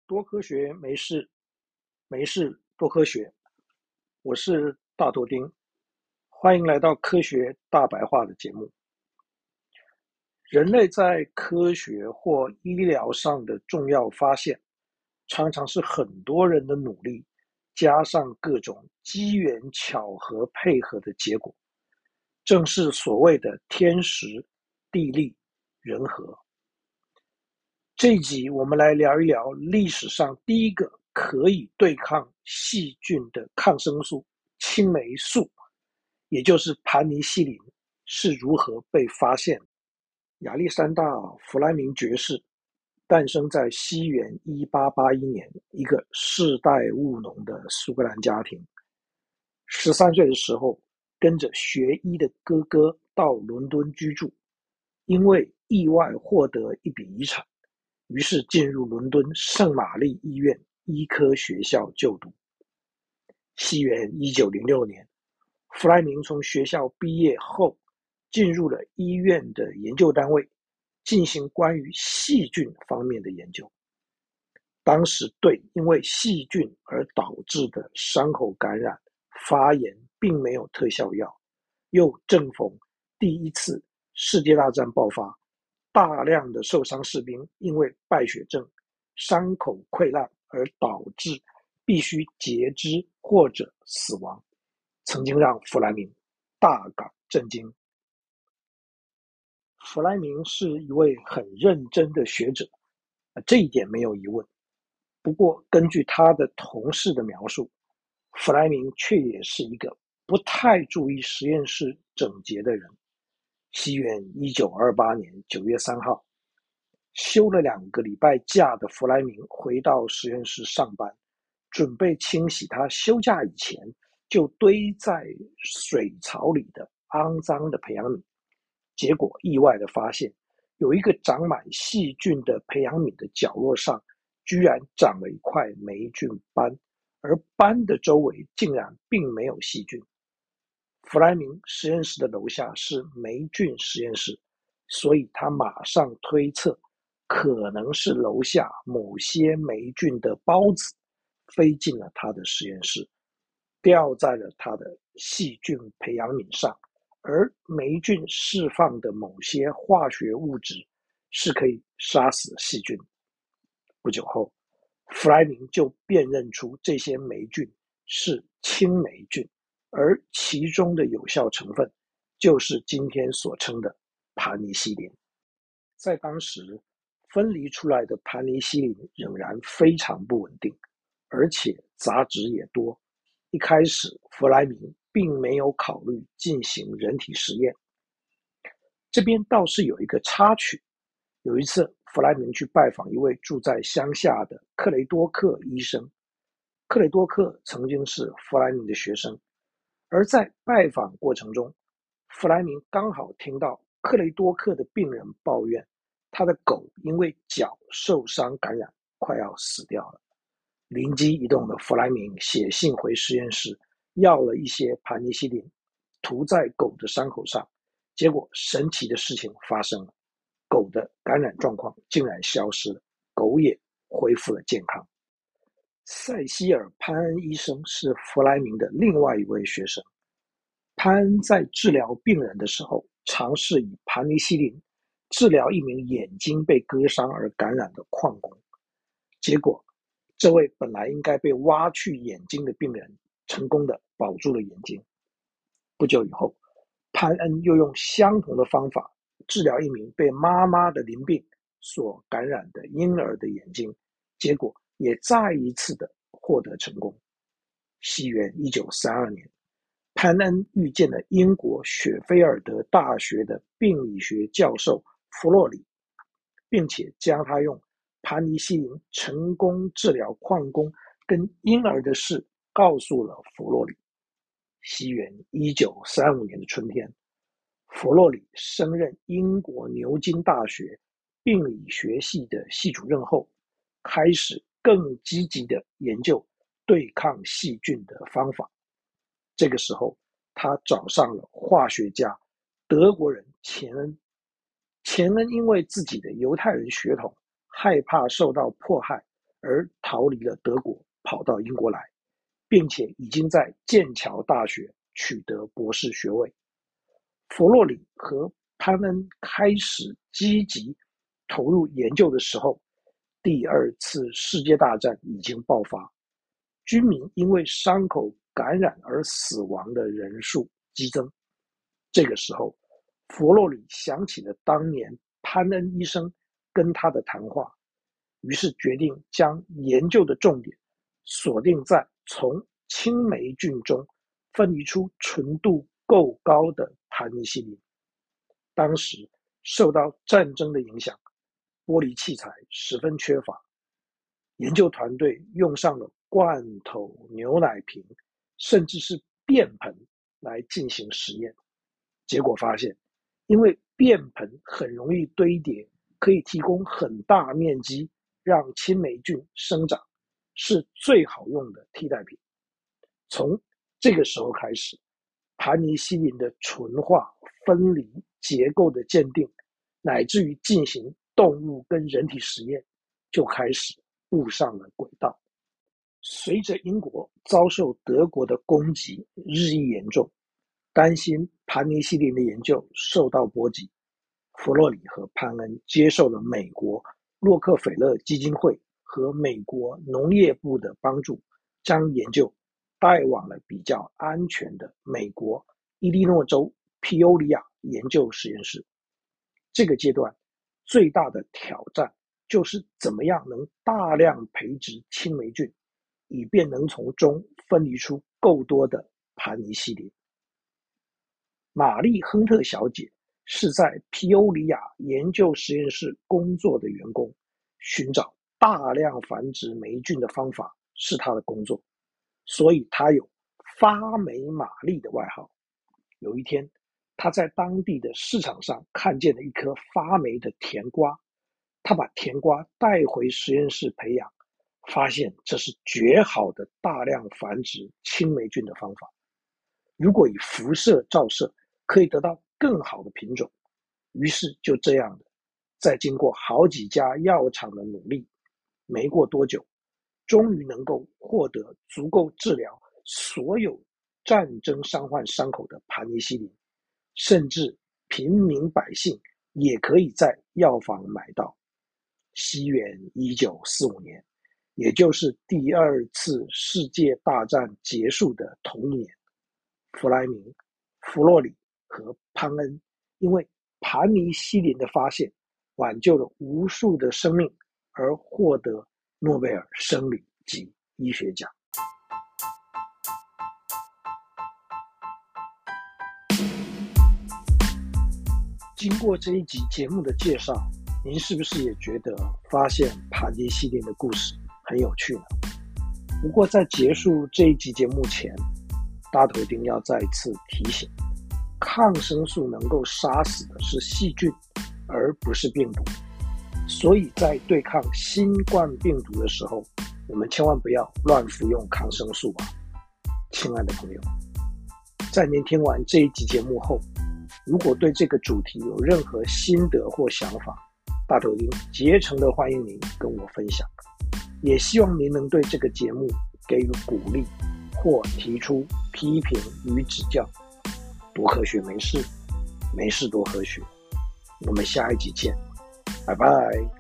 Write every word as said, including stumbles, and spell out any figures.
多科学没事，没事多科学。我是大头丁，欢迎来到科学大白话的节目。人类在科学或医疗上的重要发现，常常是很多人的努力加上各种机缘巧合配合的结果，正是所谓的天时、地利、人和。这一集我们来聊一聊历史上第一个可以对抗细菌的抗生素青霉素，也就是盘尼西林是如何被发现。亚历山大·弗莱明爵士诞生在西元一八八一年一个世代务农的苏格兰家庭。十三岁的时候，跟着学医的哥哥到伦敦居住，因为意外获得一笔遗产，于是进入伦敦圣玛丽医院医科学校就读。西元一九零六年，弗莱明从学校毕业后，进入了医院的研究单位，进行关于细菌方面的研究。当时对因为细菌而导致的伤口感染、发炎并没有特效药，又正逢第一次世界大战爆发，大量的受伤士兵因为败血症、伤口溃烂而导致必须截肢或者死亡，曾经让弗莱明大感震惊。弗莱明是一位很认真的学者，这一点没有疑问。不过，根据他的同事的描述，弗莱明却也是一个不太注意实验室整洁的人。西元一九二八年九月三号，休了两个礼拜假的弗莱明回到实验室上班，准备清洗他休假以前就堆在水槽里的肮脏的培养皿。结果意外的发现，有一个长满细菌的培养皿的角落上居然长了一块霉菌斑，而斑的周围竟然并没有细菌。弗莱明实验室的楼下是霉菌实验室，所以他马上推测可能是楼下某些霉菌的孢子飞进了他的实验室，掉在了他的细菌培养皿上，而霉菌释放的某些化学物质是可以杀死细菌。不久后，弗莱明就辨认出这些霉菌是青霉菌，而其中的有效成分就是今天所称的盘尼西林。在当时，分离出来的盘尼西林仍然非常不稳定，而且杂质也多。一开始，弗莱明并没有考虑进行人体实验。这边倒是有一个插曲。有一次，弗莱明去拜访一位住在乡下的克雷多克医生。克雷多克曾经是弗莱明的学生，而在拜访过程中，弗莱明刚好听到克雷多克的病人抱怨，他的狗因为脚受伤感染，快要死掉了。灵机一动的弗莱明写信回实验室，要了一些盘尼西林，涂在狗的伤口上。结果神奇的事情发生了，狗的感染状况竟然消失了，狗也恢复了健康。塞西尔·潘恩医生是弗莱明的另外一位学生。潘恩在治疗病人的时候，尝试以盘尼西林治疗一名眼睛被割伤而感染的矿工，结果这位本来应该被挖去眼睛的病人成功的保住了眼睛。不久以后，潘恩又用相同的方法治疗一名被妈妈的淋病所感染的婴儿的眼睛，结果也再一次的获得成功。西元一九三二年，潘恩遇见了英国雪菲尔德大学的病理学教授弗洛里，并且将他用盘尼西林成功治疗矿工跟婴儿的事告诉了弗洛里。西元一九三五年的春天，弗洛里升任英国牛津大学病理学系的系主任后，开始更积极的研究对抗细菌的方法。这个时候，他找上了化学家德国人钱恩。钱恩因为自己的犹太人血统，害怕受到迫害， 而逃离了德国，跑到英国来，并且已经在剑桥大学取得博士学位。弗洛里和潘恩开始积极投入研究的时候，第二次世界大战已经爆发，军民因为伤口感染而死亡的人数激增。这个时候，弗洛里想起了当年潘恩医生跟他的谈话，于是决定将研究的重点锁定在从青霉菌中分离出纯度够高的盘尼西林。当时受到战争的影响，玻璃器材十分缺乏，研究团队用上了罐头、牛奶瓶，甚至是便盆来进行实验。结果发现，因为便盆很容易堆叠，可以提供很大面积让青霉菌生长，是最好用的替代品。从这个时候开始，盘尼西林的纯化、分离、结构的鉴定，乃至于进行动物跟人体实验，就开始步上了轨道。随着英国遭受德国的攻击日益严重，担心盘尼西林的研究受到波及，弗洛里和潘恩接受了美国洛克菲勒基金会和美国农业部的帮助，将研究带往了比较安全的美国伊利诺州皮欧里亚研究实验室。这个阶段最大的挑战就是怎么样能大量培植青霉菌，以便能从中分离出够多的盘尼西林。玛丽·亨特小姐是在皮欧里亚研究实验室工作的员工，寻找大量繁殖霉菌的方法是她的工作，所以她有发霉玛丽的外号。有一天，她在当地的市场上看见了一颗发霉的甜瓜，她把甜瓜带回实验室培养，发现这是绝好的大量繁殖青霉菌的方法。如果以辐射照射，可以得到更好的品种。于是就这样的，在经过好几家药厂的努力，没过多久，终于能够获得足够治疗所有战争伤患伤口的盘尼西林，甚至平民百姓也可以在药房买到。西元一九四五年，也就是第二次世界大战结束的同一年，弗莱明、弗洛里和潘恩因为盘尼西林的发现，挽救了无数的生命，而获得诺贝尔生理及医学奖。经过这一集节目的介绍，您是不是也觉得发现盘尼西林的故事很有趣呢？不过在结束这一集节目前，大头丁要再次提醒，抗生素能够杀死的是细菌，而不是病毒。所以在对抗新冠病毒的时候，我们千万不要乱服用抗生素啊！亲爱的朋友，在您听完这一集节目后，如果对这个主题有任何心得或想法，大头丁竭诚的欢迎您跟我分享，也希望您能对这个节目给予鼓励或提出批评与指教。多科学没事，没事多科学。我们下一集见，拜拜。